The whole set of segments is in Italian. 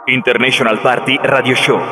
International Party Radio Show.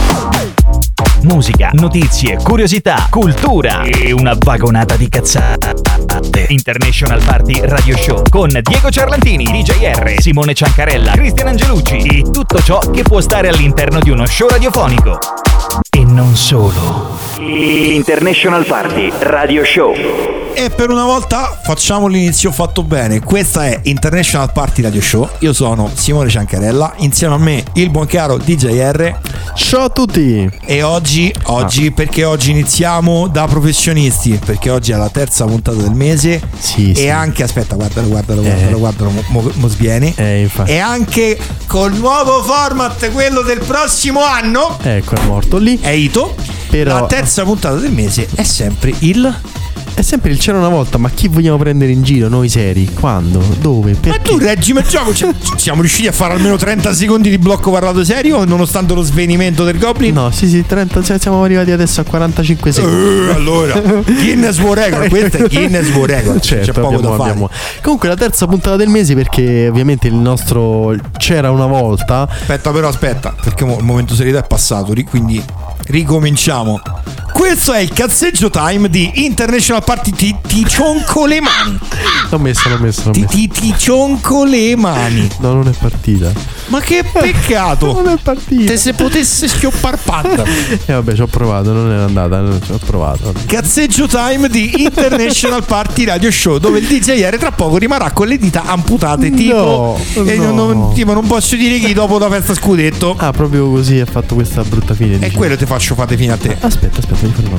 Musica, notizie, curiosità, cultura e una vagonata di cazzate. International Party Radio Show con Diego Ciarlantini, DJR, Simone Ciancarella, Cristian Angelucci e tutto ciò che può stare all'interno di uno show radiofonico. E non solo. International Party Radio Show. E per una volta facciamo l'inizio fatto bene. Questa è International Party Radio Show. Io sono Simone Ciancarella, insieme a me il buon caro DJR. Ciao a tutti. E oggi perché oggi iniziamo da professionisti, perché oggi è la terza puntata del mese. Sì, e sì. Anche, aspetta, guardalo, mo sviene. Infatti. E anche col nuovo format, quello del prossimo anno. Ecco, è morto lì. È Ito. Però la terza puntata del mese è sempre il c'era una volta, ma chi vogliamo prendere in giro? Noi seri? Quando? Dove? Perché? Ma tu reggimi il gioco. Siamo riusciti a fare almeno 30 secondi di blocco parlato serio, nonostante lo svenimento del Goblin? No, sì, 30, siamo arrivati adesso a 45 secondi. Allora, Guinness World Record. Questo è Guinness World Record. Certo, c'è poco da fare. Comunque la terza puntata del mese, perché ovviamente il nostro c'era una volta. Aspetta, perché il momento serietà è passato, quindi ricominciamo. Questo è il cazzeggio time di International Party. Ti cionco le mani. L'ho messo. Ti cionco le mani. No, non è partita. Ma che peccato. Non è partita. Te se potesse schioppar panda. Vabbè, ci ho provato, non era andata. Ci ho provato. Cazzeggio time di International Party Radio Show, dove il DJR tra poco rimarrà con le dita amputate. Tipo non posso dire chi dopo la festa scudetto. Ah, proprio così ha fatto questa brutta fine. E quello ti faccio fate fine a te. Aspetta, mi fermo.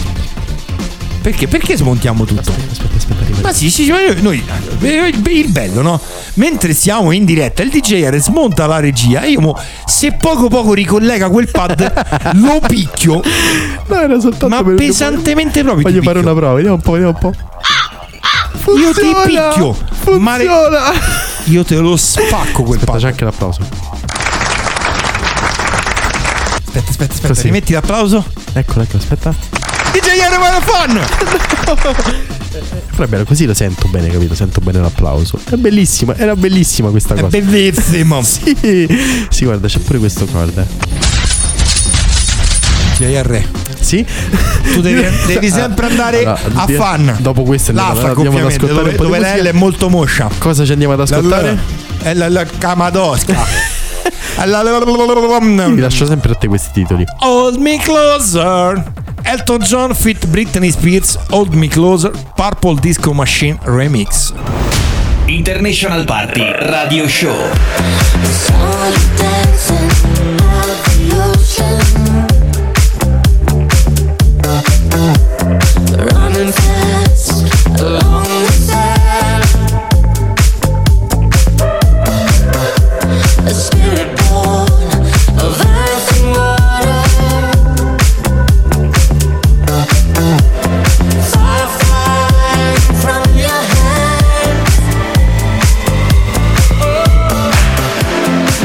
Perché smontiamo tutto? Aspetta, arriva. Ma sì, noi il bello, no? Mentre siamo in diretta, il DJR smonta la regia e io se poco ricollega quel pad lo picchio. No, era soltanto ma pesantemente proprio. Voglio fare una prova, vediamo un po'. Funziona, io ti picchio. Funziona. Io te lo spacco quel pad. C'è anche l'applauso. Aspetta, Così. rimetti l'applauso. Eccolo, aspetta. DJR Fun. Però bello, così lo sento bene, capito? Sento bene l'applauso. È bellissima, era bellissima questa cosa. È bellissimo. Sì, guarda, c'è pure questo, guarda. DJR. Sì? Tu devi sempre andare a Fun. Dopo questo andiamo ad ascoltare un po' dove di lei è molto moscia. Cosa ci andiamo ad ascoltare? È la Camadosca. Mi lascio sempre a te questi titoli. Hold Me Closer, Elton John feat Britney Spears, Hold Me Closer, Purple Disco Machine Remix. International Party Radio Show. Running fast along the sand, a spirit born of earth and water, fire flying from your hands.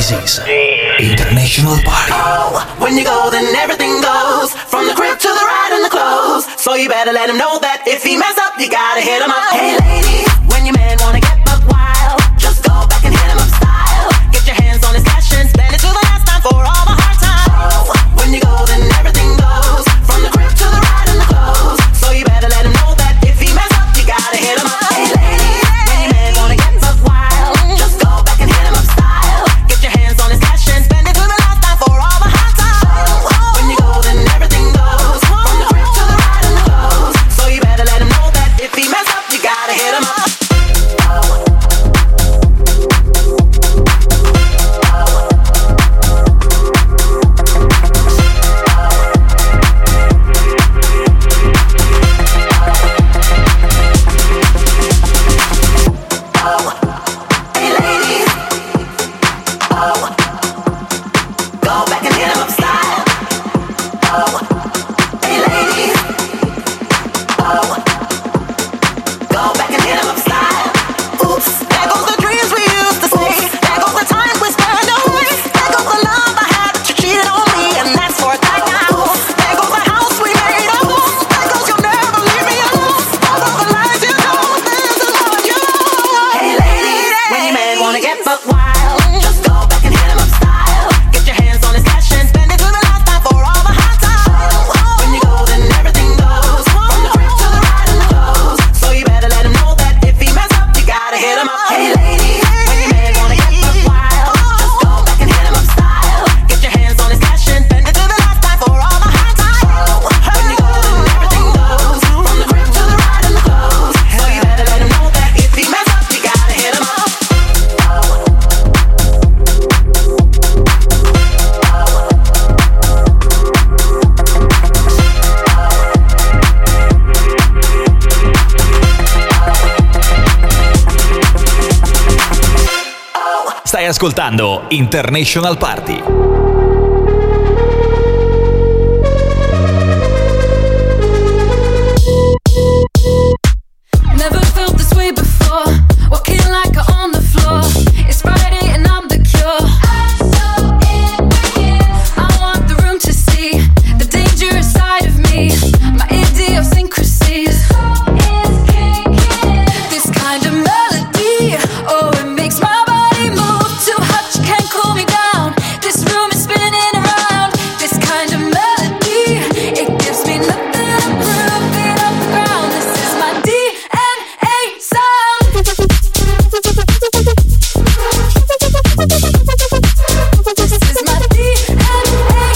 This is International Party. Oh, when you go, then everything goes. From the crib to the ride and the clothes. So you better let him know that if he mess up, you gotta hit him up. Hey ladies, when your man wanna get buck wild, just go back and hit him up style. Get your hands on his cash and spend it to the last time for all the hard times. Oh, when you go, then everything goes. From the crib to the ride and the clothes. So you better let him know that if he mess up, you gotta hit him up. Hey ladies, when your man wanna get buck wild, just go back and hit him up style. Get your hands on his cash and spend it to the last time for all the hard times. Oh, when you go, then everything goes. From the crib to the ride and the clothes. So you better let him know that if he mess up, you gotta hit him up. Stai ascoltando International Party. Never felt this way before. Walking like on the floor. It's Friday and I'm the cure. I'm so in. I want the room to see the dangerous side of me. My idiosyncrasies. This kind of melody, oh, it makes my body move. Too hot, you can't cool me down. This room is spinning around. This kind of melody, it gives me nothing to prove. Beat up the ground. This is my DNA sound. This is my DNA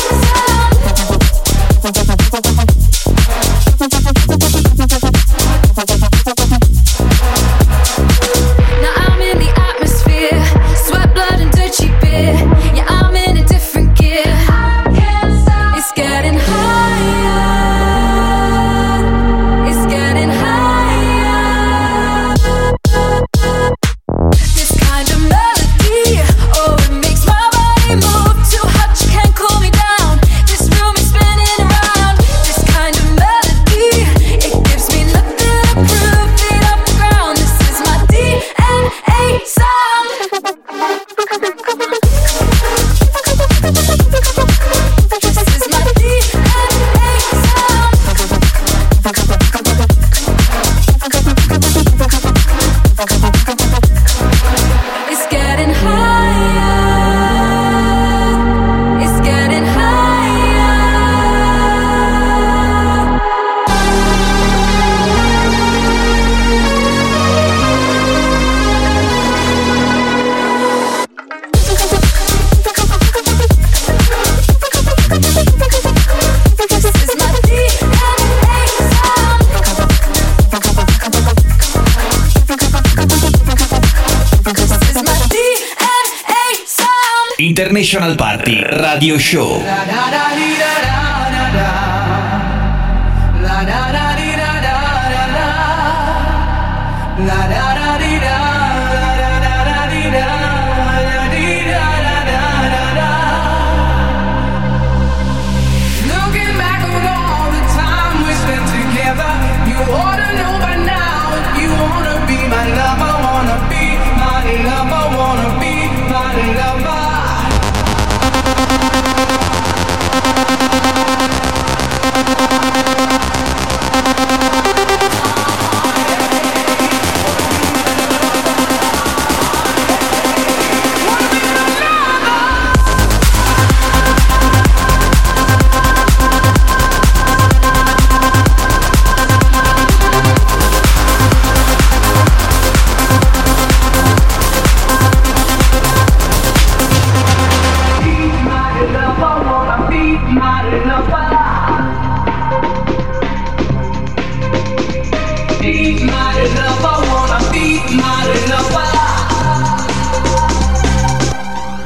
sound. Now I'm in the atmosphere, sweat, blood, and dirty beer. Yeah, I'm in a different gear. It's getting higher. It's getting higher. This kind of melody, oh, it makes my body move. Too hot, you can't cool me down. This room is spinning around. This kind of melody, it gives me nothing to prove. Beat up the ground. This is my DNA sound. This is my DNA sound. It's getting higher. It's getting higher. This is my DNA sound. This is my DNA sound. International Party Radio Show. Looking back on all the time we spent together, you ought to know by now if you wanna be my lover, wanna be my lover, wanna be my lover.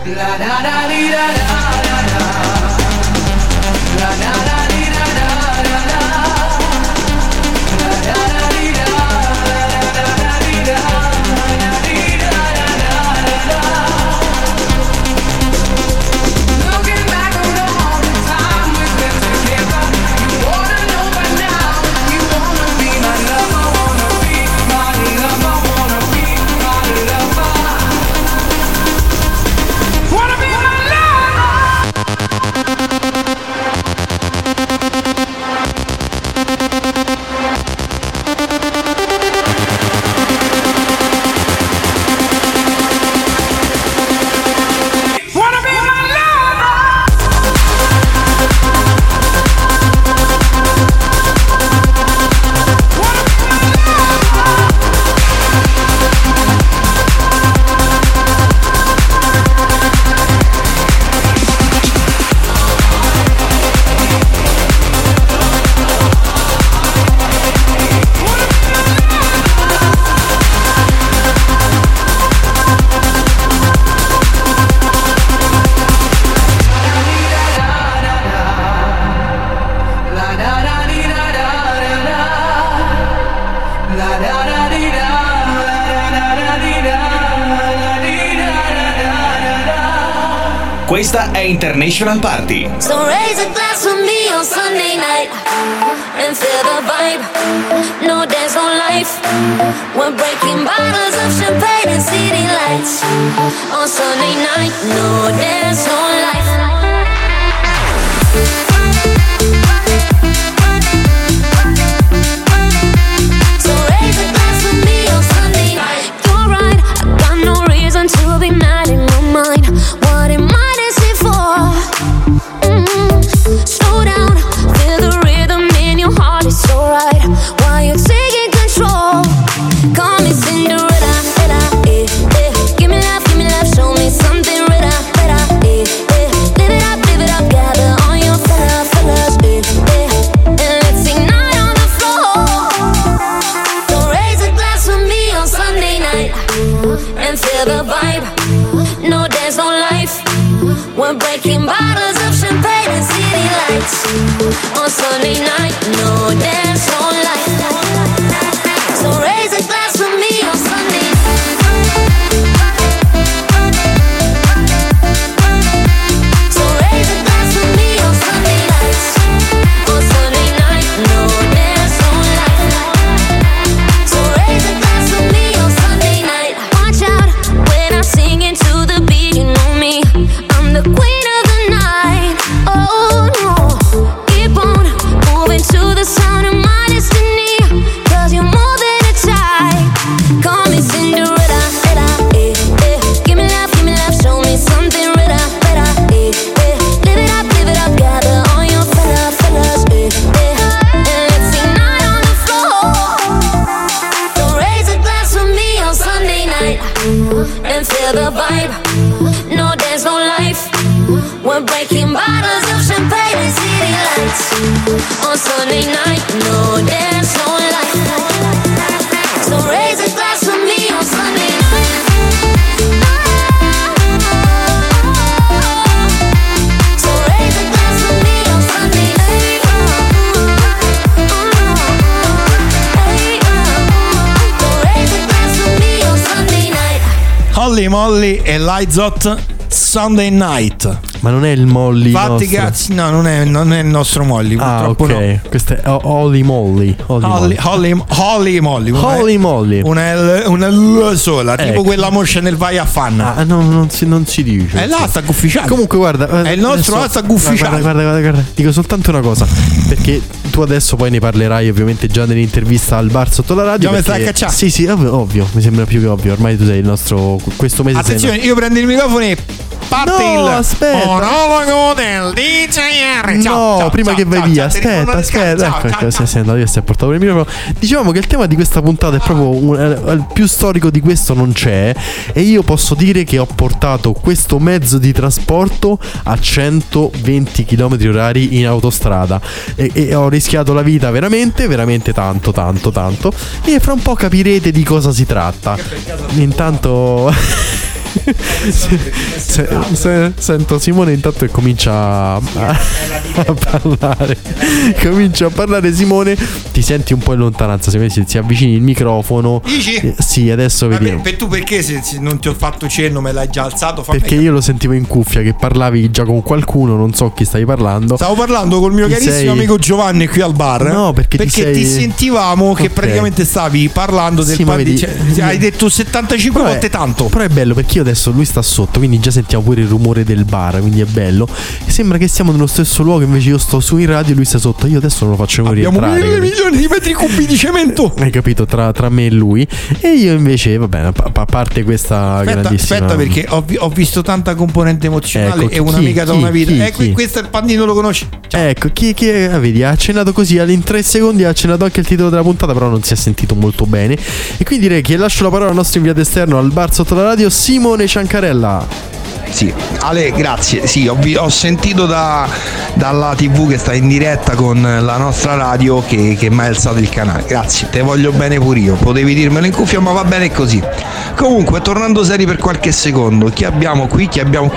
Looking back on all the time we spent together, you oughta know by now if you wanna be my lover, wanna be my lover, wanna be my lover, wanna be my lover. Wanna be my lover. Questa è International Party. So raise a glass with me on Sunday night and feel the vibe. No dance, no life. We're breaking bottles of champagne and city lights. On Sunday night, no dance, no life. So raise a glass with me on Sunday night. You're right, I got no reason to be mad in my mind. What am I? Slow down, feel the rhythm in your heart, it's alright. While you're taking control, call me Cinderella, eh, eh. Give me love, show me something, eh, eh. Live it up, gather all your fellas, eh, eh. And let's ignite on the floor. So raise a glass with me on Sunday night and feel the vibe. No dance, no life. We're breaking bottles of champagne and city lights. On Sunday night, no dance, no life. So raise a glass with me on Sunday. So raise a glass with me on Sunday nights. On Sunday night, no dance, no life. So raise a glass with me on Sunday night. Watch out when I sing into the beat, you know me. I'm the queen of the night. Oh no, keep on moving to the sound of my destiny. 'Cause you're more than a child. Call me Cinderella, eh, eh. Give me love, show me something, eh, eh. Live it up, gather all your fellas, eh, eh. And let's ignite on the floor. So raise a glass with me on Sunday night and feel the vibe. No dance, no life. We're breaking bottles of champagne and city lights. On Sunday night, no dance, no life. So raise a glass with me on Sunday night. So raise a glass with me on Sunday night. So raise a glass with me on Sunday night. Holly Molly e Lights Sunday Night. Ma non è il Molly Fatti nostro? cazzi, no, non è il nostro Molly. Ah, Purtroppo ok. no. Questo è Holly Molly. Holly Molly. Holly Molly. Una L sola, tipo Ecco. quella moscia nel vai a fanna. Ah, no, non si dice. È l'hashtag ufficiale. Comunque guarda, È il nostro hashtag ufficiale. Guarda, dico soltanto una cosa, perché tu adesso poi ne parlerai ovviamente già nell'intervista al bar sotto la radio. Già mi stai a perché- cacciare? Sì, ovvio, mi sembra più che ovvio. Ormai tu sei il nostro questo mese. Attenzione, io prendo il microfono e parte No, il aspetta. monologo del DJR. No, prima che vai via, aspetta. Ecco, sei andato via, stai portato per il microfono. Dicevamo che il tema di questa puntata è proprio il più storico di questo non c'è. E io posso dire che ho portato questo mezzo di trasporto a 120 km/h in autostrada. E ho rischiato la vita veramente tanto. E fra un po' capirete di cosa si tratta. Intanto Sento Simone intanto che comincia a parlare. Comincia a parlare Simone, ti senti un po' in lontananza, se si avvicini il microfono. Dici? Sì, adesso vediamo. Per tu perché se non ti ho fatto cenno me l'hai già alzato? Perché io lo sentivo in cuffia che parlavi già con qualcuno, non so chi stavi parlando. Stavo parlando col mio carissimo amico Giovanni qui al bar. No, perché ti sentivamo che praticamente stavi parlando del hai detto 75 volte tanto. Però è bello perché io adesso lui sta sotto, quindi già sentiamo pure il rumore del bar, quindi è bello. E sembra che siamo nello stesso luogo, invece io sto su in radio e lui sta sotto. Io adesso non lo facciamo rientrare. Abbiamo 1.000 milioni di metri cubi di cemento. Hai capito? Tra me e lui. E io invece, va bene, a parte questa grandissima. Aspetta, perché ho visto tanta componente emozionale. Ecco, e un'amica da una vita. Chi? Questo è il Pandino, lo conosci? Ciao. Ecco, chi vedi, ha accennato così in 3 secondi, ha accennato anche il titolo della puntata, però non si è sentito molto bene. E quindi direi che lascio la parola al nostro inviato esterno al bar sotto la radio, Simone Ciancarella. Sì, Ale, grazie. Sì, ho sentito dalla TV che sta in diretta con la nostra radio che mi hai alzato il canale. Grazie, te voglio bene pure io. Potevi dirmelo in cuffia, ma va bene così. Comunque, tornando seri per qualche secondo, chi abbiamo qui?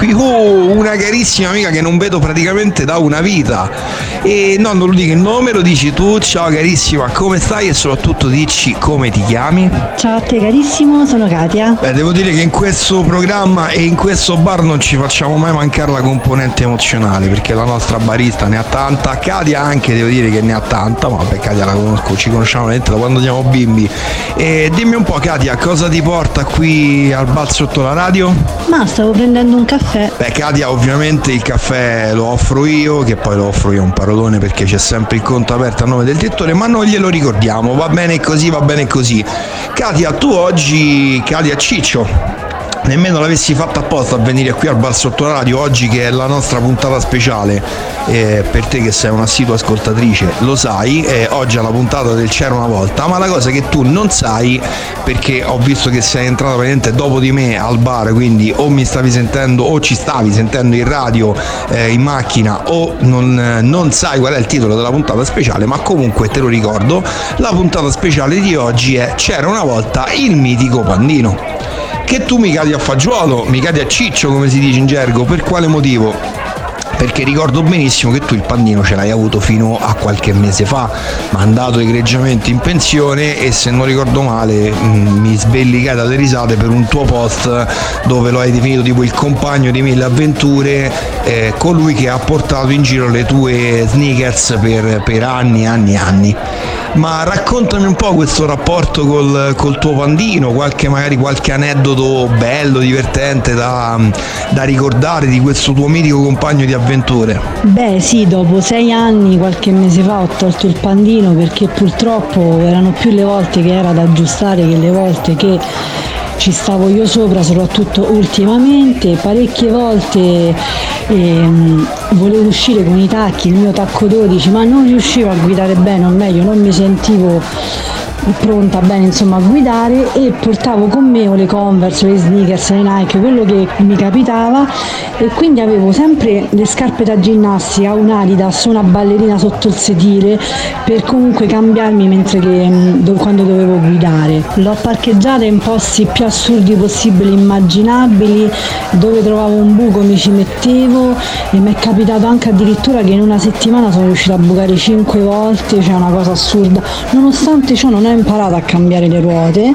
Oh, una carissima amica che non vedo praticamente da una vita. E no, non lo dico il nome, lo dici tu. Ciao carissima, come stai? E soprattutto dici come ti chiami? Ciao a te carissimo, sono Katia. Beh, devo dire che in questo programma e in questo bar non ci facciamo mai mancare la componente emozionale, perché la nostra barista ne ha tanta, Katia anche devo dire che ne ha tanta, ma vabbè, Katia la conosco, ci conosciamo veramente da quando siamo bimbi. E dimmi un po', Katia, cosa ti porta qui al bar sotto la radio? Ma stavo prendendo un caffè. Beh, Katia, ovviamente il caffè lo offro io, che poi lo offro io un parolone perché c'è sempre il conto aperto a nome del direttore, ma non glielo ricordiamo, va bene così, va bene così. Katia, tu oggi, Katia Ciccio, nemmeno l'avessi fatta apposta a venire qui al bar sotto la radio oggi, che è la nostra puntata speciale, per te che sei un'assidua ascoltatrice lo sai, oggi è la puntata del C'era una volta, ma la cosa che tu non sai, perché ho visto che sei entrato praticamente dopo di me al bar, quindi o mi stavi sentendo o ci stavi sentendo in radio, in macchina, o non sai qual è il titolo della puntata speciale, ma comunque te lo ricordo, la puntata speciale di oggi è C'era una volta il mitico Pandino. Che tu mi cadi a fagiolo, mi cadi a ciccio come si dice in gergo, per quale motivo? Perché ricordo benissimo che tu il Pandino ce l'hai avuto fino a qualche mese fa, mandato egregiamente in pensione, e se non ricordo male mi sbellicai dalle risate per un tuo post dove lo hai definito tipo il compagno di mille avventure, colui che ha portato in giro le tue sneakers per anni. Ma raccontami un po' questo rapporto col tuo Pandino, magari qualche aneddoto bello, divertente da ricordare di questo tuo mitico compagno di avventure. Beh sì, dopo 6 anni, qualche mese fa, ho tolto il Pandino perché purtroppo erano più le volte che era da aggiustare che le volte che ci stavo io sopra, soprattutto ultimamente. Parecchie volte volevo uscire con i tacchi, il mio tacco 12, ma non riuscivo a guidare bene, o meglio non mi sentivo pronta bene insomma a guidare, e portavo con me o le Converse, le sneakers, le Nike, quello che mi capitava, e quindi avevo sempre le scarpe da ginnastica, un Adidas, una ballerina sotto il sedile per comunque cambiarmi mentre quando dovevo guidare. L'ho parcheggiata in posti più assurdi possibili, immaginabili, dove trovavo un buco mi ci mettevo, e mi è capitato anche addirittura che in una settimana sono riuscita a bucare 5 volte, cioè una cosa assurda. Nonostante ciò non ho imparato a cambiare le ruote,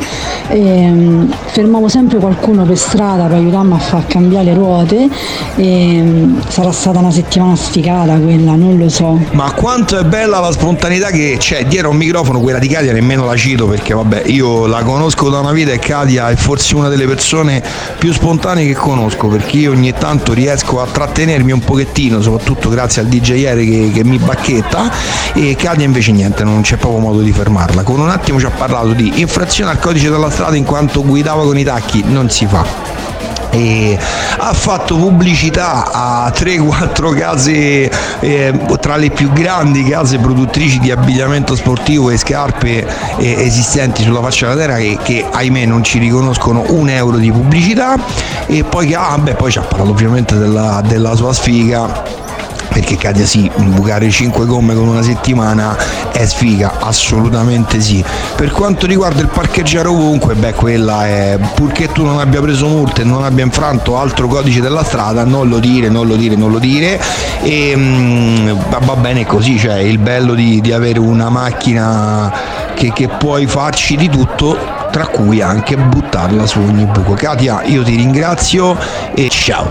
fermavo sempre qualcuno per strada per aiutarmi a far cambiare le ruote, sarà stata una settimana sficata quella, non lo so. Ma quanto è bella la spontaneità che c'è dietro un microfono. Quella di Katia nemmeno la cito perché vabbè, io la conosco da una vita, e Katia è forse una delle persone più spontanee che conosco, perché io ogni tanto riesco a trattenermi un pochettino, soprattutto grazie al DJR che mi bacchetta, e Katia invece niente, non c'è proprio modo di fermarla. Con un attimo ci ha parlato di infrazione al codice della strada in quanto guidava con i tacchi, non si fa. E ha fatto pubblicità a 3-4 case, tra le più grandi case produttrici di abbigliamento sportivo e scarpe esistenti sulla faccia della terra, che ahimè non ci riconoscono un euro di pubblicità. E poi poi ci ha parlato ovviamente della sua sfiga perché Katia sì, bucare 5 gomme con una settimana è sfiga, assolutamente sì. Per quanto riguarda il parcheggiare ovunque, beh, quella è, purché tu non abbia preso multe e non abbia infranto altro codice della strada, non lo dire. E va bene così, cioè il bello di avere una macchina che puoi farci di tutto, tra cui anche buttarla su ogni buco. Katia, io ti ringrazio e ciao.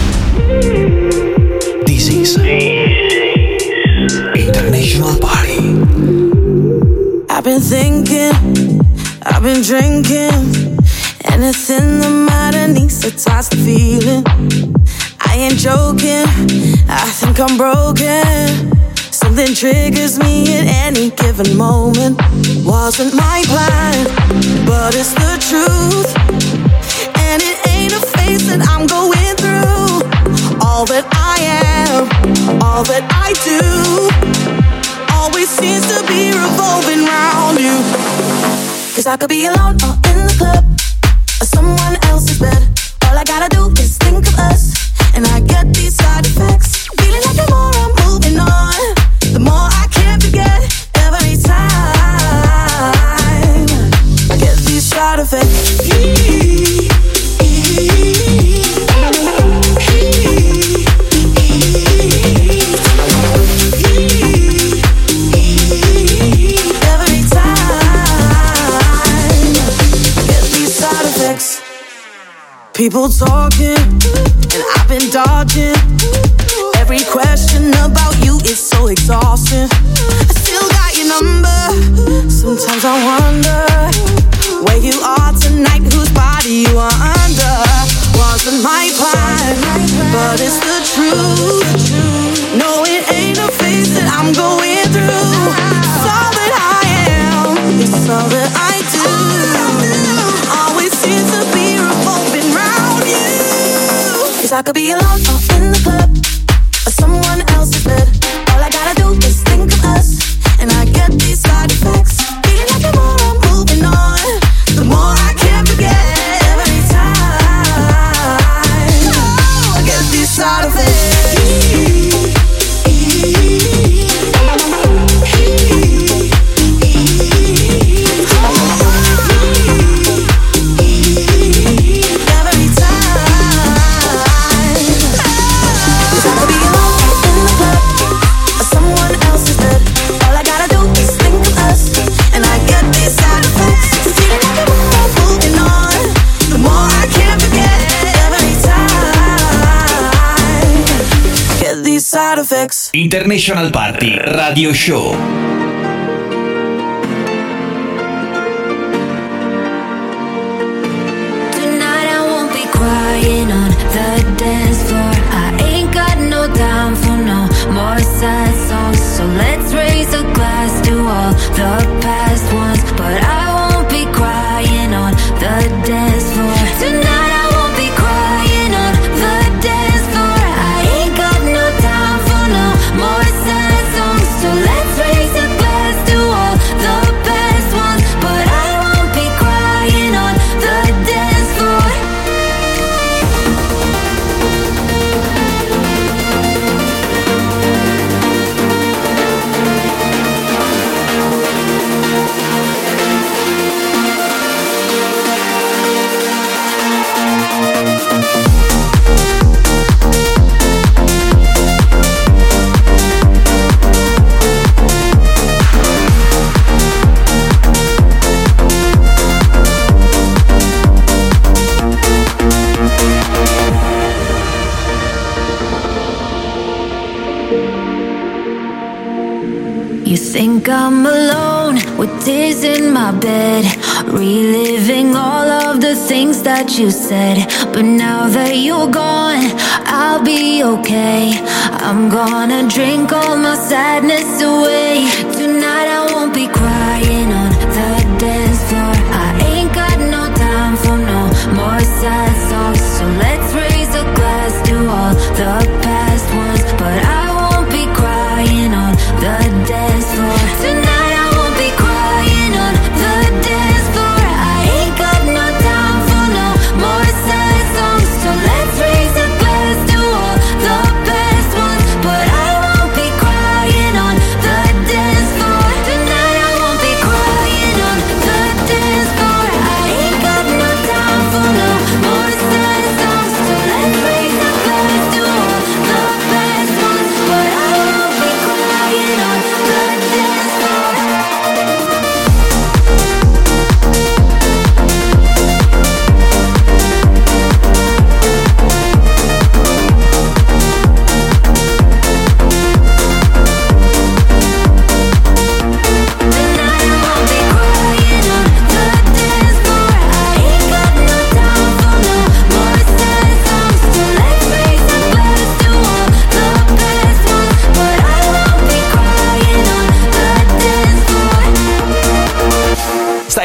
This is International Party. I've been thinking, I've been drinking, anything that matter needs to touch the feeling. I ain't joking, I think I'm broken. Something triggers me at any given moment. Wasn't my plan, but it's the truth. And it ain't a phase that I'm going through. All that I am, all that I do, always seems to be revolving around you. 'Cause I could be alone or in the club, or someone else's bed. All I gotta do is think of us, and I get these side effects. Feeling like the more I'm moving on, the more I can't forget. Every time I get these side effects. Every time I get these side effects. People talking, and I've been dodging. Every question about you is so exhausting. I still got your number. Sometimes I wonder where you are tonight, whose body you are under. Wasn't my plan, but it's the truth. No, it ain't a phase that I'm going through. It's all that I am, it's all that I do. Always seems to be revolving around you. 'Cause I could be alone or in the club, or someone else's bed. All I gotta do is think of us, and I get these side effects. Feeling like the more I'm moving on, the more I can't forget. Every time I get these side effects. Side effects. International Party Radio Show. Tonight I won't be crying on the dance floor. I ain't got no time for no more sad songs. So let's raise a glass to all the past ones. But I won't be crying on the dance floor. Tonight I won't be crying on the dance floor. I ain't got no time for no more sad songs. So let's raise a glass to all the past ones. But I won't be crying on the dance floor. You think I'm alone with tears in my bed, reliving all of the things that you said. But now that you're gone, I'll be okay. I'm gonna drink all my sadness away. Tonight I won't be crying on the dance floor. I ain't got no time for no more sad songs. So let's raise a glass to all the past ones. But I won't be crying on the dance floor. Tonight I won't be crying on the dance floor. I ain't got no time for no more sad songs. So let's raise a glass to all the past ones. But I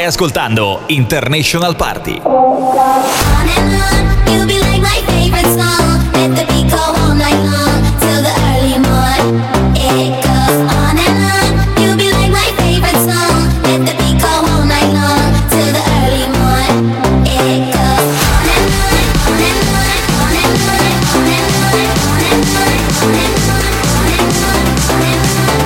ascoltando International Party. On and on, you'll be like my favorite song. Let the beat go all night long till the early morn. It goes on and on, you'll be like my favorite song. Let the beat go all night long till the early morn. It goes on and on, on and on, on and on, on and on, on and on, on and on, on and on, on and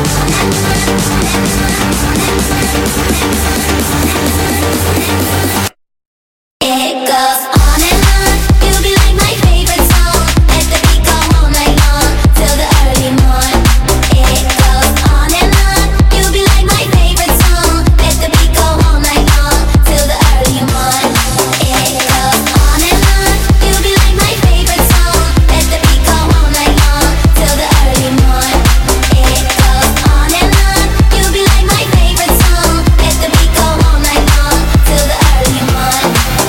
on. It goes on and on, you'll be like my favorite song. Let the beat go all night long till the early morn. It goes on and on, you'll be like my favorite song. Let the beat go all night long till the early morn. It goes on and on, you'll be like my favorite song. Let the beat go all night long till the early morn. It goes on and on, you'll be like my favorite song. Let the beat go all night long till the early morn.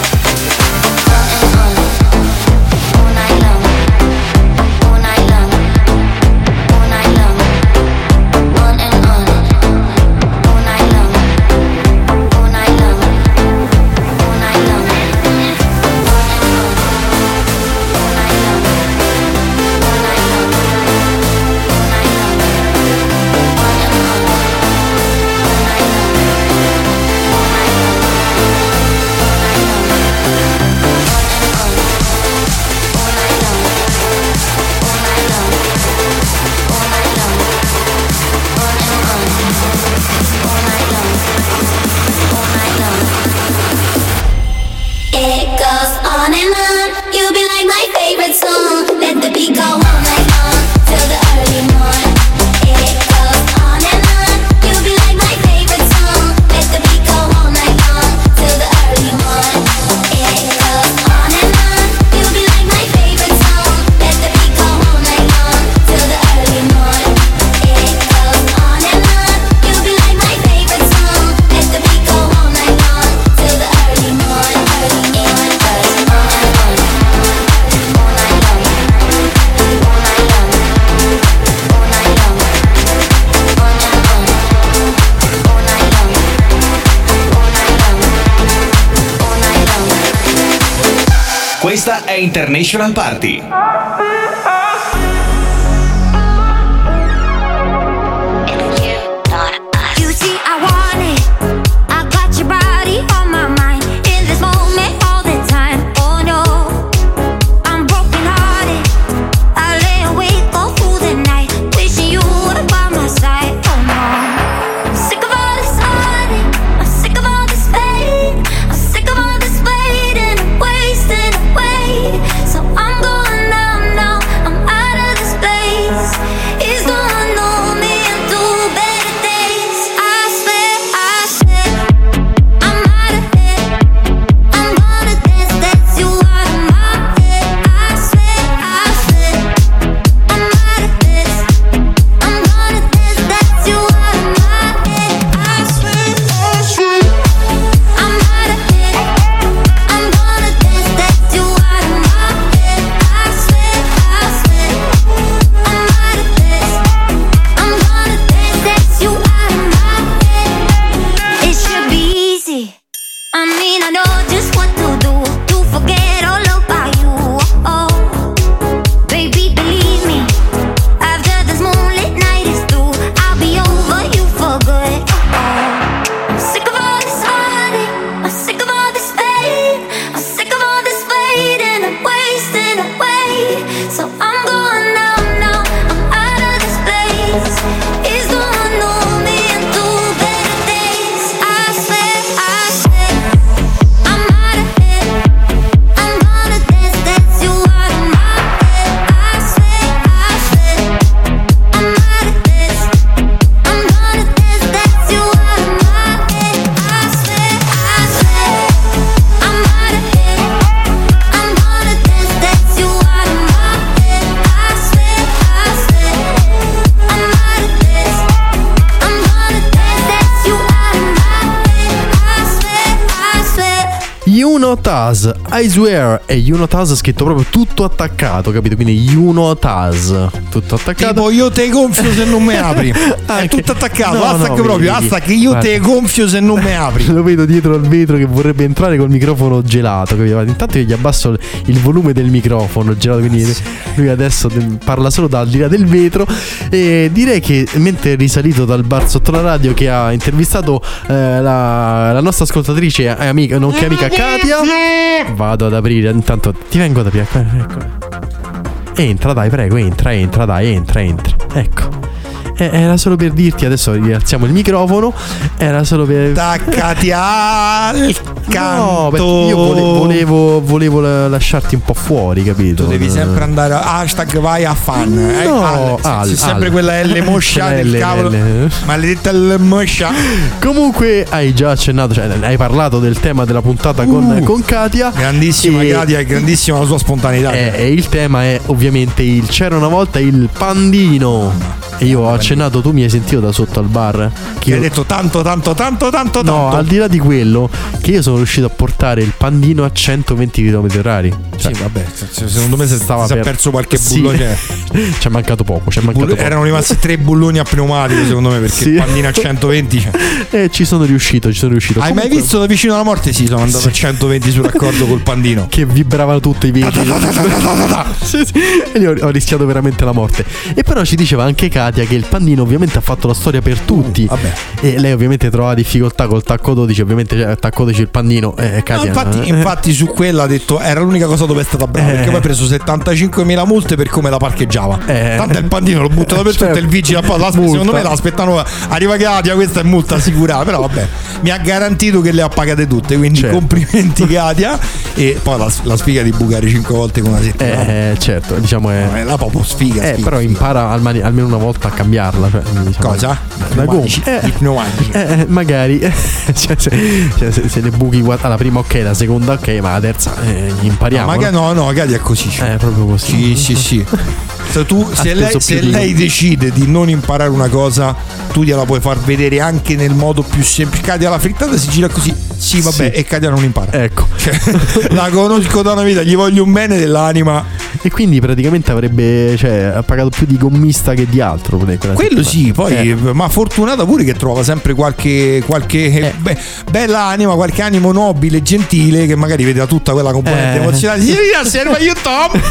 It goes on and on, you'll be like my favorite song. Let the beat go all night long till the early morn. It goes on and on, you'll be like my favorite song. Let the beat go all night long till the early morn. It goes on and on, you'll be like my favorite song. Let the beat go all night long till the early morn. It goes on and on, you'll be like my favorite song. Let the beat go all night long till the early morn. Questa è International Party. You see, I want it. I got your body on my mind in this moment all the time. Oh no, I'm broken hearted. I lay awake all through the night, wishing you were by my side. Oh no, I'm sick of all this heartache. I'm sick of all this pain. I'm sick of all this waiting and wasting away. So I'm going down now. I'm out of this place. He's gonna know me into better days. I swear, I'm out of it. I'm gonna dance you out of my head. I swear, I'm out of this. I'm gonna dance you out of my head. I swear, I'm out of it. I'm gonna dance you out of my head. I swear, I'm out of this. I'm gonna dance you out of my head. It should be easy. I mean, I know just what to do to forget all about you. Oh, baby, believe me. After this moonlit night is through, I'll be over you for good. I'm sick of all this heartache. I'm sick of all this pain. I'm sick of all this waiting and wasting away. So I'm going now. I'm out of this place. He's gonna know me into better days. I swear, I'm out of it. I'm gonna dance you out of my head. I swear, I'm out of this. I'm gonna dance you out of my head. I swear, I'm out of it. I'm gonna dance you out of my head. I swear, I'm out of this. I'm gonna dance you out of my head. I swear. Junota Taz, I Swear e You Know Taz scritto proprio tutto attaccato, capito? Quindi You Know Taz, tutto attaccato. Tipo io te gonfio se non mi apri. È tutto attaccato, hashtag proprio, hashtag io te gonfio se non mi apri. Lo vedo dietro al vetro che vorrebbe entrare col microfono gelato, capito? Intanto io gli abbasso il volume del microfono gelato, quindi lui adesso parla solo da al di là del vetro. E direi che mentre è risalito dal bar sotto la radio, che ha intervistato la nostra ascoltatrice amica, nonché amica Katia, vado ad aprire, intanto ti vengo ad aprire, ecco. Entra dai, prego, entra dai, entra, ecco. Era solo per dirti, adesso rialziamo il microfono, era solo per attaccati al canto. No, perché io volevo lasciarti un po' fuori, capito? Tu devi sempre andare hashtag vai a fan. No, c'è sempre quella L moscia del cavolo. Maledetta L moscia. Comunque hai già accennato, cioè hai parlato del tema della puntata con Katia. Grandissima Katia, è grandissima la sua spontaneità. E il tema è ovviamente il c'era una volta il pandino. E io ho accennato, tu mi hai sentito da sotto al bar che hai detto tanto. No, al di là di quello, che io sono riuscito a portare il pandino a 120 km/h. Cioè, sì, vabbè, secondo me si è perso qualche bullone. Ci è mancato poco. Erano rimasti 3 bulloni a pneumatico, secondo me, perché il pandino a 120. Ci sono riuscito. Hai mai visto Da vicino alla morte? Sì, sono andato a 120 sul raccordo col pandino. Che vibravano tutti i vetri. Sì. E lì ho rischiato veramente la morte. E però ci diceva anche Katia che il pandino ovviamente ha fatto la storia per tutti. Vabbè. E lei ovviamente trova difficoltà col tacco 12. Ovviamente tacco 12 il pandino. Katia, no, infatti su quella ha detto era l'unica cosa dove è stata brava, perché poi ha preso 75.000 multe per come la parcheggiava. Tanto il pandino lo butta dappertutto, certo. Il vigile secondo me l'aspettano. Arriva Katia, questa è multa assicurata. Però vabbè, mi ha garantito che le ha pagate tutte, quindi certo. Complimenti Katia. E poi la sfiga di bucare 5 volte con una settimana. Certo, diciamo è la proprio sfiga. Però impara almeno una volta a cambiarla, cioè, diciamo, cosa? La gomma. Magari cioè, se le buchi alla prima ok, la seconda ok, ma la terza impariamo. No, Katia è così. È proprio così. Sì. Se lei decide di non imparare una cosa, tu gliela puoi far vedere anche nel modo più semplice. Katia la frittata si gira così. Sì, vabbè, sì. E Katia non impara. Ecco. Cioè, la conosco da una vita, gli voglio un bene dell'anima. E quindi praticamente avrebbe ha pagato più di gommista che di altro. Quello sì, poi ma fortunata pure che trova sempre qualche bella anima, qualche animo nobile, gentile, che magari vede tutta quella componente emozionale. Sì, serve aiuto.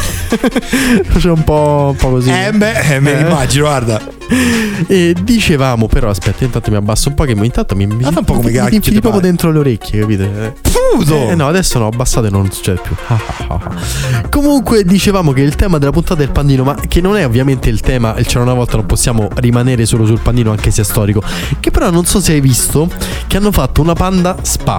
C'è un po' così. Me l'immagino, guarda. E dicevamo, però aspetta, intanto mi abbasso un po', che intanto mi fa un po' come cacchio, infili proprio dentro le orecchie, capite? No, adesso no, abbassate, non succede più. Comunque dicevamo che il tema della puntata è il pandino, ma che non è ovviamente il tema, il c'era una volta, non possiamo rimanere solo sul pandino anche se è storico. Che però non so se hai visto che hanno fatto una panda spa.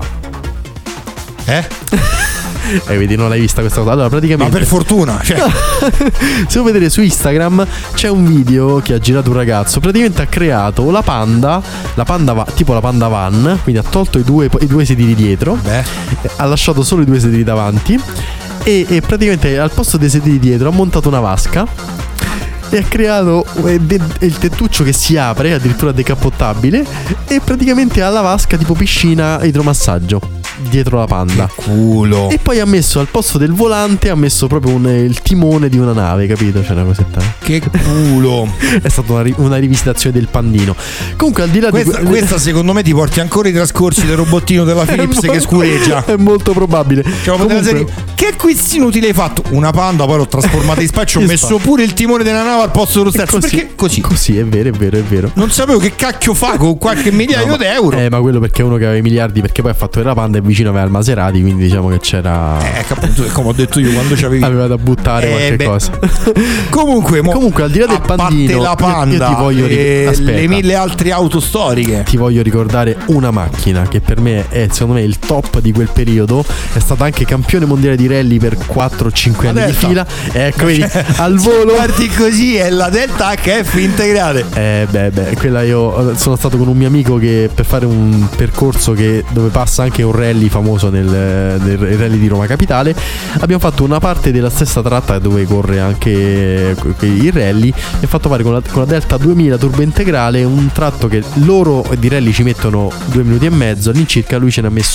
Vedi, non l'hai vista questa cosa. Allora, praticamente, ma per fortuna, cioè. Se vuoi vedere su Instagram c'è un video che ha girato un ragazzo. Praticamente ha creato la panda tipo la panda van. Quindi ha tolto i due sedili dietro. Ha lasciato solo i 2 sedili davanti. E praticamente al posto dei sedili dietro ha montato una vasca e ha creato il tettuccio che si apre, addirittura decappottabile. E praticamente ha la vasca tipo piscina idromassaggio dietro la panda. Che culo. E poi ha messo al posto del volante, ha messo proprio il timone di una nave, capito? C'è una cosetta. Che culo. È stata una rivisitazione del pandino. Comunque al di là questa secondo me ti porti ancora i trascorsi del robottino della Philips che scureggia. È molto probabile. Comunque, che acquisti inutili hai fatto? Una panda, poi l'ho trasformata in spaccio. Ho messo pure il timone della nave al posto dello stesso. Perché così? Così, è vero. Non sapevo che cacchio fa con qualche migliaio d'euro. Ma quello perché è uno che aveva i miliardi, perché poi ha fatto della panda e vicino aveva il Maserati, quindi diciamo che c'era. Appunto, come ho detto io, quando c'avevi aveva da buttare qualche cosa. Comunque al di là del pandino, la panda, io ti voglio le 1000 altre auto storiche. Ti voglio ricordare una macchina che per me è, secondo me, il top di quel periodo. È stata anche campione mondiale di rally per 4-5 anni di fila. Ecco, vedi, al volo. Parti così, è la Delta HF integrale. Quella io sono stato con un mio amico che per fare un percorso dove passa anche un rally famoso nel rally di Roma Capitale. Abbiamo fatto una parte della stessa tratta dove corre anche il rally. Mi ha fatto fare con la Delta 2000 turbo integrale un tratto che loro di rally ci mettono 2 minuti e mezzo all'incirca, lui ce ne ha messo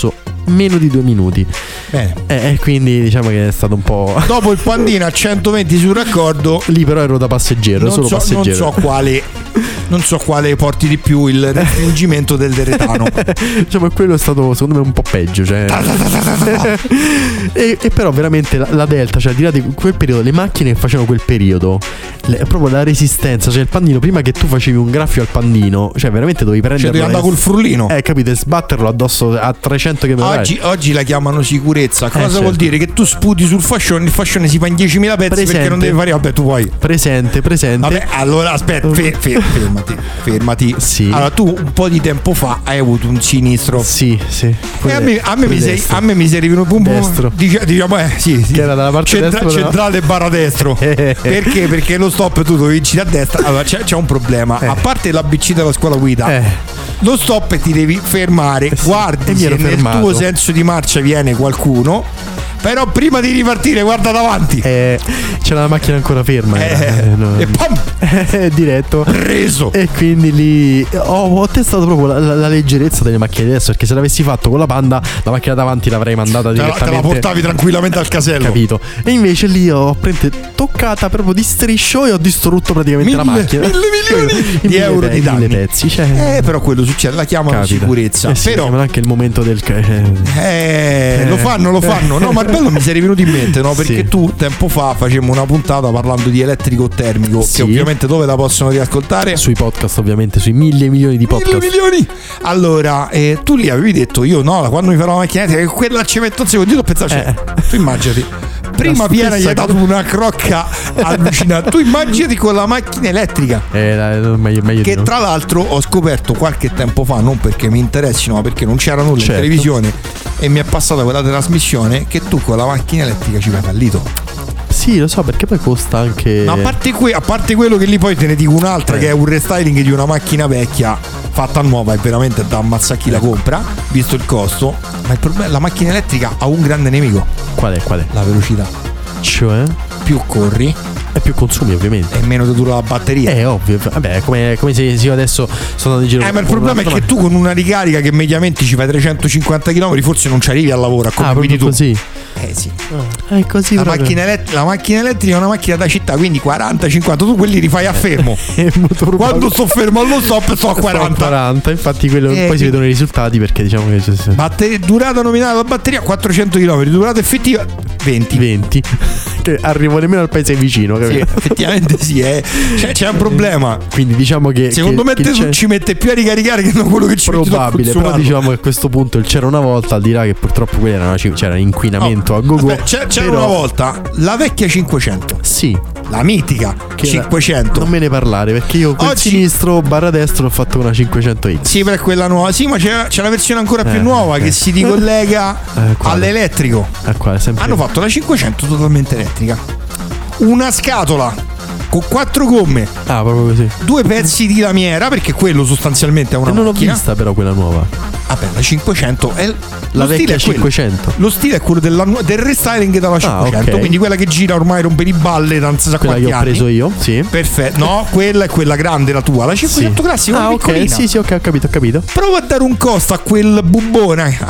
meno di 2 minuti. Bene. Quindi diciamo che è stato un po'. Dopo il pandino a 120 sul raccordo, lì però ero da passeggero, solo passeggero. Non so quale porti di più, il restringimento del deretano. Diciamo che quello è stato secondo me un po' peggio, cioè. e però veramente la Delta, cioè al di là di quel periodo, le macchine che facevano quel periodo, proprio la resistenza, cioè il pandino, prima che tu facevi un graffio al pandino, cioè veramente dovevi prenderlo, devi andare col frullino, capito, e sbatterlo addosso a 300 km/h. Oggi la chiamano sicurezza. Cosa vuol dire? Che tu sputi sul fascione, il fascione si fa in 10.000 pezzi, perché non devi fare, vabbè, tu puoi. Presente. Vabbè, allora aspetta, fermati. Sì. Allora, tu un po' di tempo fa hai avuto un sinistro. Sì. E a me mi sei rivenuto un destro. Diciamo, sì. Che era dalla parte destra, centrale barra destro. Perché? Perché lo stop tu dovevi girare a destra. Allora c'è un problema. A parte l'ABC della scuola guida, lo stop ti devi fermare. Guardi se nel tuo senso di marcia viene qualcuno. Però prima di ripartire guarda davanti. C'era la macchina ancora ferma. E pam! Diretto. Reso. E quindi lì ho testato proprio la leggerezza delle macchine di adesso. Perché se l'avessi fatto con la Panda, la macchina davanti l'avrei mandata direttamente. Te la portavi tranquillamente al casello. Capito. E invece lì ho toccata proprio di striscio e ho distrutto praticamente la macchina. 1.000 milioni di euro di danni. 1000 pezzi, cioè. Però quello succede, la chiamano sicurezza. Sì, però anche il momento del lo fanno. No, ma il bello mi sei venuto in mente, no? Perché tu tempo fa facemmo una puntata parlando di elettrico termico, che ovviamente dove la possono riascoltare? Sui podcast, ovviamente, sui 1.000 milioni di podcast. 1.000 milioni. Allora, tu lì avevi detto, io no, quando mi farò la macchina elettrica, quella ci metto un secondo, io ho pensato, tu immaginati. Prima Piera gli hai dato una crocca allucinante. Tu immaginati con la macchina elettrica. Meglio che tra l'altro ho scoperto qualche tempo fa, non perché mi interessino, ma perché non c'era nulla in televisione, e mi è passata quella trasmissione, che tu con la macchina elettrica ci vai fallito. Sì, lo so, perché poi costa anche. Ma a parte quello che lì poi te ne dico un'altra, che è un restyling di una macchina vecchia fatta nuova, e veramente da ammazzare chi la compra, visto il costo. Ma il problema, la macchina elettrica ha un grande nemico. Qual è? La velocità. Cioè? Più corri e più consumi, ovviamente. E meno ti dura la batteria. È ovvio. Vabbè, come se io adesso sono andato in giro. Ma il problema è che tu con una ricarica che mediamente ci fai 350 km, forse non ci arrivi al lavoro, come guidi tu. Così. Sì. È così. La macchina elettrica è una macchina da città, quindi 40-50, tu quelli li fai a fermo. Quando sto fermo allo stop sto a 40. Infatti quello poi si vedono i risultati, perché diciamo che durata nominale della batteria 400 km, durata effettiva 20. Che arrivo nemmeno al paese vicino, capito? Sì, effettivamente sì, c'è un problema. Quindi diciamo che secondo me te ci mette più a ricaricare che non quello che ci metti. Probabile, però diciamo che a questo punto il c'era una volta, al di là che purtroppo quella c'era inquinamento a gogo. C'era una volta la vecchia 500. Sì. La mitica 500. Non me ne parlare, perché io col sinistro barra destro ho fatto una 500X. Sì, per quella nuova. Sì, ma c'è la versione ancora più nuova che si ricollega all'elettrico. Hanno fatto la 500 totalmente elettrica. Una scatola con 4 gomme. Proprio così. 2 pezzi di lamiera, perché quello sostanzialmente è una non macchina. L'ho vista però quella nuova. Vabbè, la 500 è la vecchia 500. Lo stile è quello del restyling della 500, okay. Quindi quella che gira ormai rompe di balle da non so quanti anni. Quella che ho preso io, sì. Perfetto. No, quella è quella grande, la tua. La 500 classica, ok. Sì, ok, ho capito. Prova a dare un costo a quel bubbone,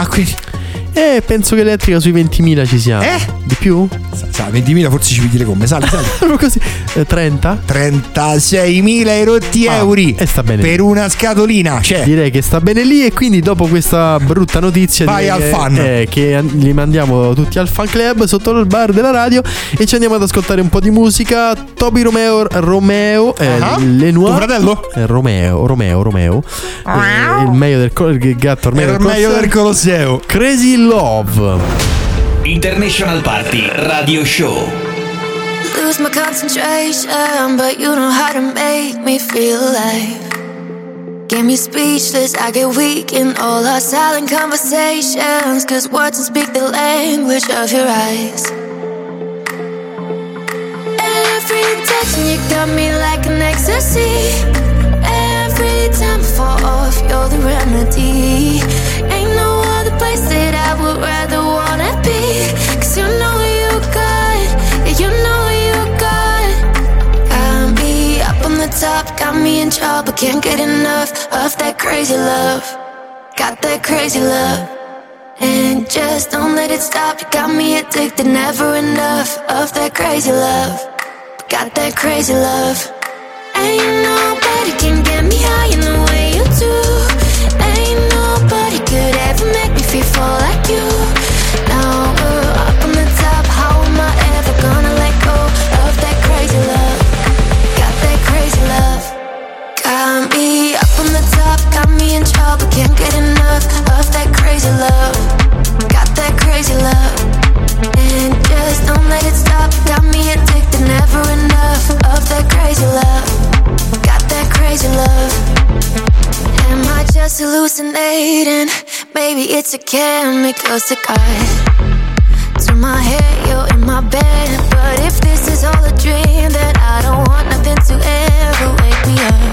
penso che elettrica sui 20.000 ci siamo. Di più? 20.000 forse ci vedi le gomme, sali. Così. 30? 36.000 euro. E sta bene per lì. una scatolina, direi che sta bene lì. E quindi dopo questa brutta notizia vai al fan, che li mandiamo tutti al fan club sotto il bar della radio, e ci andiamo ad ascoltare un po' di musica. Toby Romeo Lenoir. Tuo fratello? Romeo. Il meglio del gatto ormai. Era il meglio del Colosseo. Crazy Love. International Party Radio Show. Lose my concentration, but you know how to make me feel alive. Get me speechless, I get weak in all our silent conversations, 'cause words don't speak the language of your eyes. Every touch you got me like an ecstasy. Every time I fall off, you're the remedy. Ain't no other place that I would rather wanna be, 'cause you know you got, you know you got. Got me up on the top, got me in trouble, can't get enough of that crazy love. Got that crazy love. And just don't let it stop. You got me addicted, never enough of that crazy love. Got that crazy love. Ain't nobody can get me high in the way you do. Ain't nobody could ever make me feel full like you. Now we're up on the top, how am I ever gonna let go of that crazy love? Got that crazy love. Got me up on the top, got me in trouble, can't get enough of that crazy love. Got that crazy love. And just don't let it stop, got me addicted, never enough of that crazy love. Got that crazy love. Am I just hallucinating? Maybe it's a chemical cigarette to my head, you're in my bed. But if this is all a dream, then I don't want nothing to ever wake me up.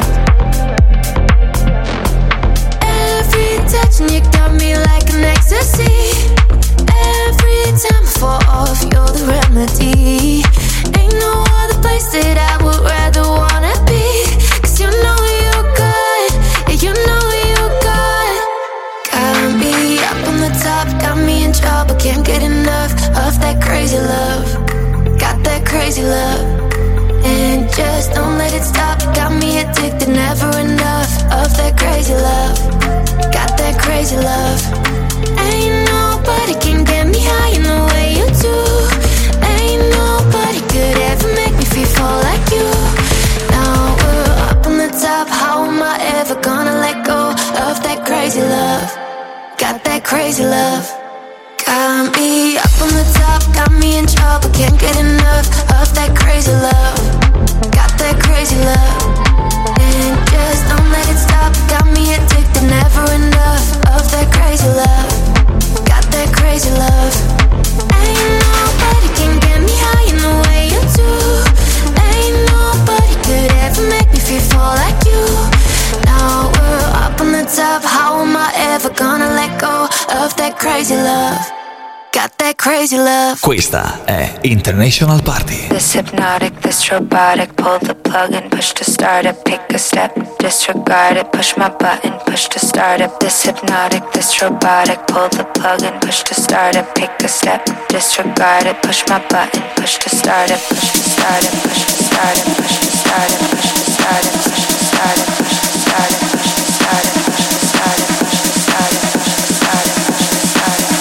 Every touch and you got me like an ecstasy. Every time I fall off, you're the remedy. Ain't no other place that I would rather wanna be. Cause you know you're good, yeah, you know you're good. Got me up on the top, got me in trouble, can't get enough of that crazy love. Got that crazy love. And just don't let it stop, got me addicted, never enough of that crazy love. Got that crazy love. Ain't nobody can get me high in the way you do. Ain't nobody could ever make me feel full like you. Now we're up on the top, how am I ever gonna let go of that crazy love? Got that crazy love. Got me up on the top, got me in trouble, can't get enough of that crazy love. Got that crazy love. And just don't let it stop, got me addicted, never enough of that crazy love. Got that crazy love. Ain't nobody can get me high in the way you do. Ain't nobody could ever make me feel full like you. Now we're up on the top, how am I ever gonna let go of that crazy love? Got that crazy love. Questa è International Party. This hypnotic, this robotic, pull the plug and push to start it, pick a step, disregard it, push my button, push to start it. This hypnotic, this robotic, pull the plug and push to start it, pick a step, disregard it, push my button, push to start it, push to start it, push to start it, push to start it, push to start it, push to start it, push to start it, push to start it, push to start it, push to start it, push to start it, push to start it,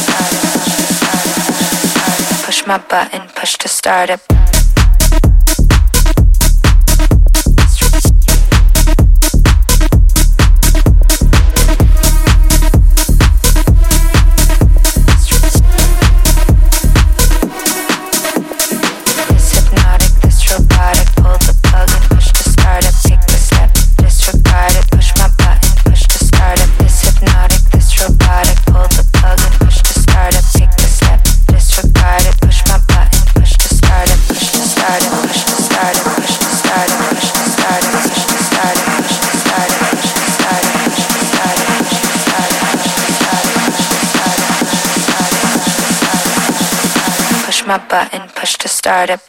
push my button, push to start it. My button, push to start it.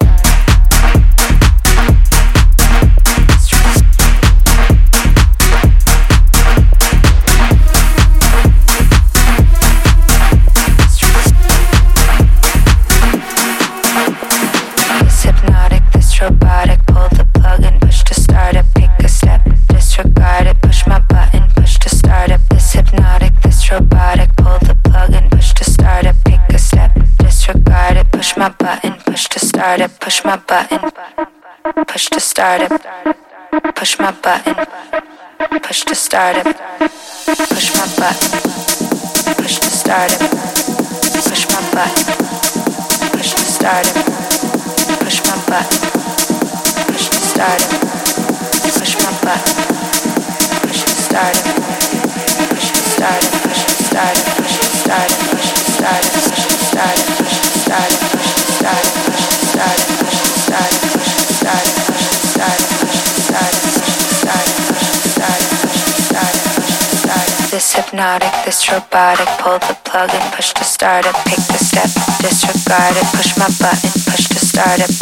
This hypnotic, this robotic, pull the plug and push to start it. Pick a step, disregard it, push my button, push to start it. This hypnotic, this robotic, pull the plug and push to start it. Pick a step, disregard it, push my button, push to start it, push my button, push to start it, push my button, push to start it, push my button, push to start it, push my button, push to start it, push my button, push to start it, push my button, push to start it, push to start it, push to start it, push to start it, push to start it, push to start it, push to start it, push to start it, push to start it, push to start it, push to start it, push to start it, push to start it, push to start it, push to start it, push to start it, push to start it. This hypnotic, this robotic, pull the plug and push to start it. Pick the step, disregard it, push my button, push to start it.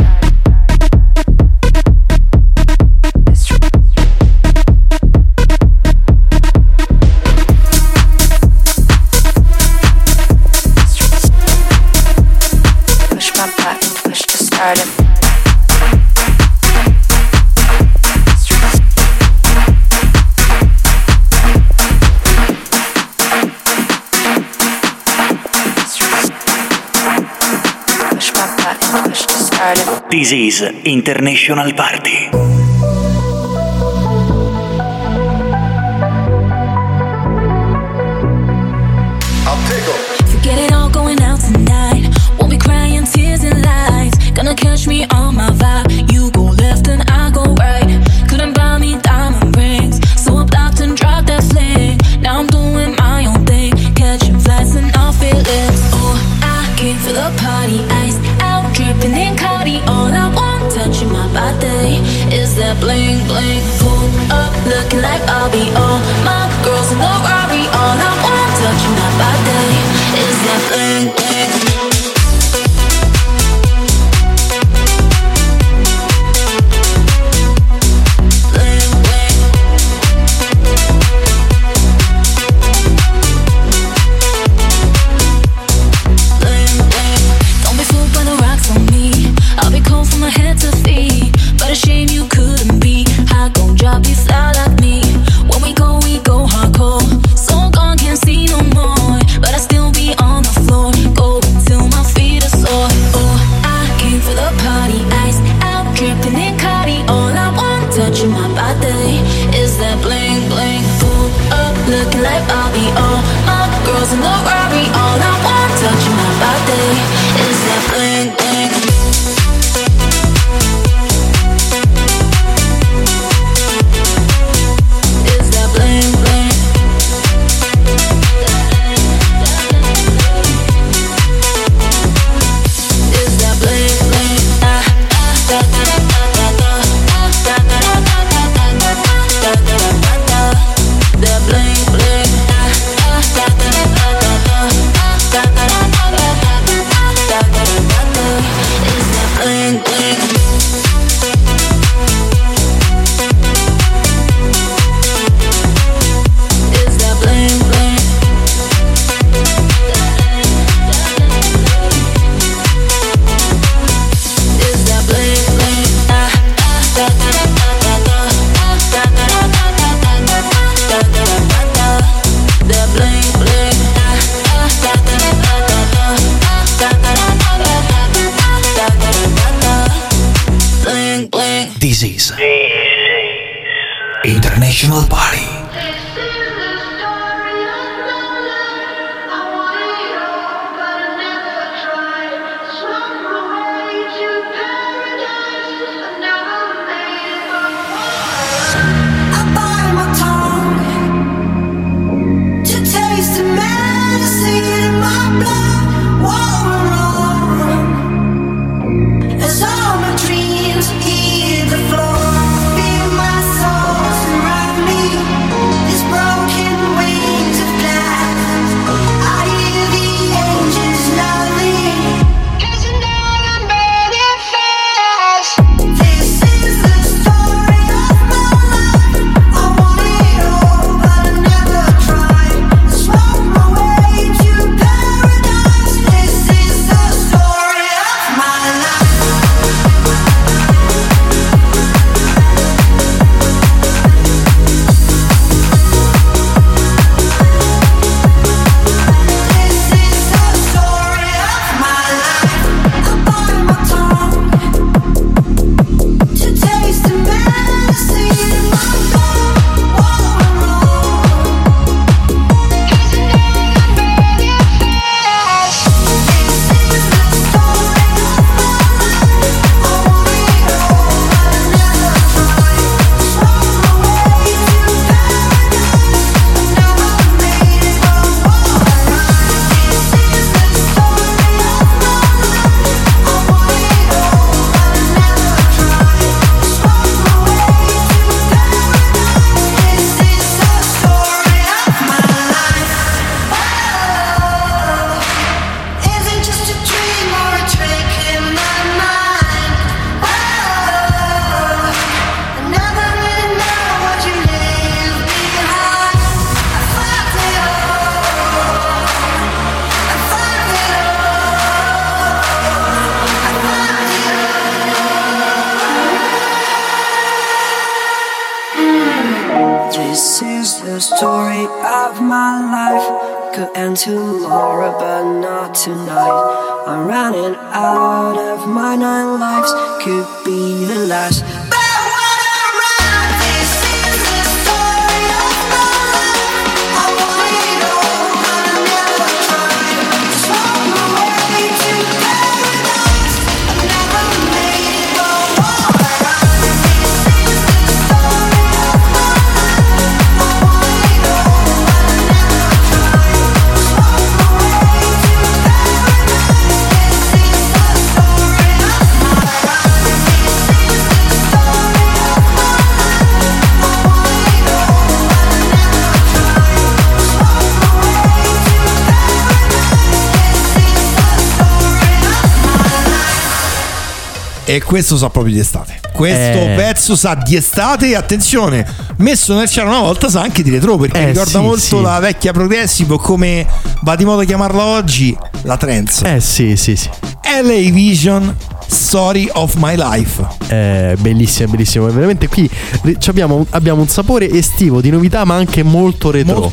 started. This is International Party. Forget it all, going out tonight. Won't be crying tears and lights. Gonna catch me on my vibe. You go left and I go right. Couldn't buy me diamond rings, so I blocked and dropped that fling. Now I'm doing my own thing, catching flights and all feelings. Oh, I came for the party, iced out, dripping in Cardi. All I want, touching my body, is that bling bling. Pull up, looking like I'll be all my girls in the Rari. All I want, touching my body, is that bling bling. Shame you couldn't be. I gon' drop you fly like me. When we go hardcore. So gone, can't see no more. But I still be on the floor, go till my feet are sore. Oh, I came for the party, ice out, dripping in Cardi. All I want, touching my body, is that bling bling. Pull up, looking like I'll be all my girls in the Rari. All I want, touching my body, is that bling bling. This is International Party. story of my life could end tomorrow, but not tonight. I'm running out of my 9 lives, could be the last. E questo sa proprio di estate. Questo pezzo sa di estate e attenzione, messo nel cielo una volta sa anche di retro, perché ricorda molto la vecchia progressive, come va di moda chiamarla oggi, la trance. Sì. LA Vision, Story of My Life. Bellissimo. Veramente qui abbiamo un sapore estivo di novità, ma anche molto retro.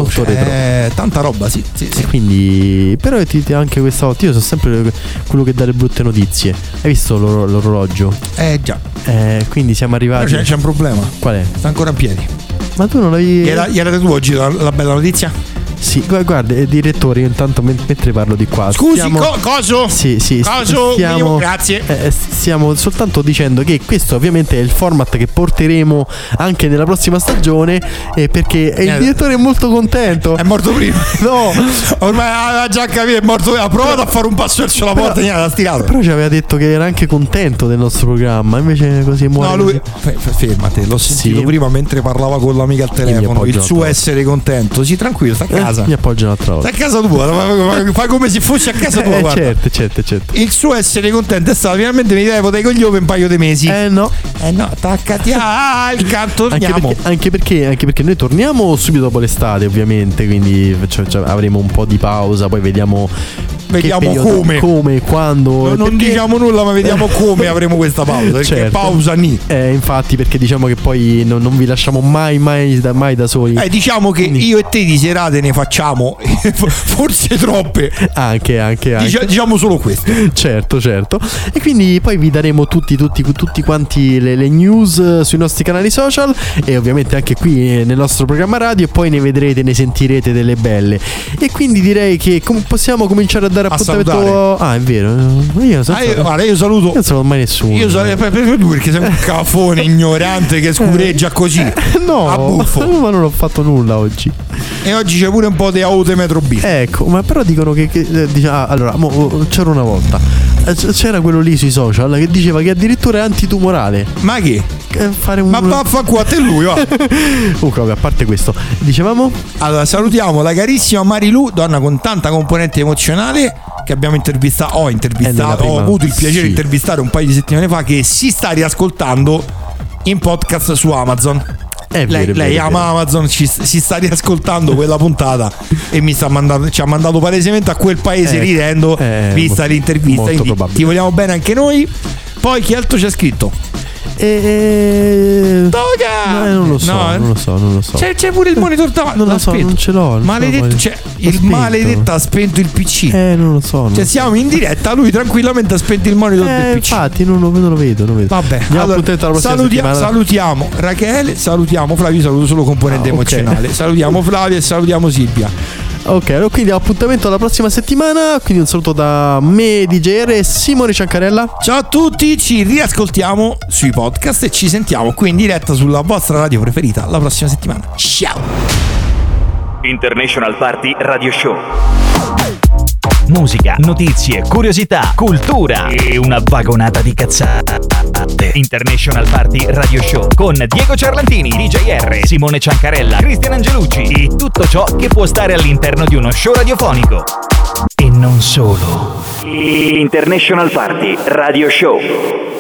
Tanta roba, sì. Quindi, però anche questa volta io sono sempre quello che dà le brutte notizie. Hai visto l'orologio? Già. Quindi siamo arrivati. Però c'è un problema. Qual è? Sta ancora in piedi. Ma tu non l'avevi. Era tu oggi la bella notizia? Sì, guarda, direttore, io intanto mentre parlo di qua. Scusi, coso? Sì, coso? Grazie. Stiamo soltanto dicendo che questo ovviamente è il format che porteremo anche nella prossima stagione, perché il direttore è molto contento. È morto prima. No, ormai aveva già capito, è morto. Ha provato a fare un passo verso la porta e niente, l'ha stirato. Però ci aveva detto che era anche contento del nostro programma, invece così muore. No, lui fermate, l'ho sentito prima mentre parlava con l'amica al telefono. Il suo essere contento. Sì, tranquillo, sta a casa. Mi appoggio un'altra volta. Stai a casa tua, fai come se fossi a casa tua. Certo. Il suo essere contento è stato finalmente mi levo dai coglioni per un paio di mesi. No, attaccati al canto, torniamo. Anche perché noi torniamo subito dopo l'estate, ovviamente. Quindi avremo un po' di pausa, poi vediamo come, quando. Non diciamo nulla, ma vediamo come avremo questa pausa. Perché pausa ni. Infatti, perché diciamo che poi non vi lasciamo mai da soli. Diciamo che io e te di serate ne facciamo forse troppe. Anche. Diciamo solo questo. Certo. E quindi poi vi daremo tutti quanti le news sui nostri canali social e ovviamente anche qui nel nostro programma radio, e poi ne sentirete delle belle. E quindi direi che possiamo cominciare a dare appuntamento. È vero. Io saluto. Io non saluto mai nessuno. Io saluto perché sei un cafone ignorante che scureggia così. No, a buffo. Ma non ho fatto nulla oggi. E oggi c'è pure un po' di auto metro B. Ecco, ma però dicono che allora, c'era una volta. C'era quello lì sui social che diceva che addirittura è antitumorale. Ma che? Ma vaffanculo a te lui, va. Comunque, a parte questo, dicevamo? Allora, salutiamo la carissima Marilu, donna con tanta componente emozionale, che abbiamo intervistato. Ho avuto il piacere di intervistare un paio di settimane fa, che si sta riascoltando in podcast su Amazon. Lei ama Amazon, si sta riascoltando quella puntata e ci ha mandato palesemente a quel paese ridendo, vista l'intervista. Quindi ti vogliamo bene anche noi. Poi chi altro c'è scritto? Toga! Non lo so. C'è pure il monitor davanti. Non lo so, non ce l'ho. Maledetto, il maledetto ha spento il PC. Non lo so. Siamo in diretta, lui tranquillamente ha spento il monitor del PC. Infatti, non lo vedo. Vabbè, allora, salutiamo Rachele, salutiamo Flavio, saluto solo componente emozionale. Salutiamo Flavio e salutiamo Silvia. Ok, allora quindi appuntamento alla prossima settimana. Quindi un saluto da me, DJR e Simone Ciancarella. Ciao a tutti, ci riascoltiamo sui podcast e ci sentiamo qui in diretta sulla vostra radio preferita la prossima settimana. Ciao. International Party Radio Show. Musica, notizie, curiosità, cultura e una vagonata di cazzate. International Party Radio Show con Diego Ciarlantini, DJR, Simone Ciancarella, Cristian Angelucci e tutto ciò che può stare all'interno di uno show radiofonico. E non solo. International Party Radio Show.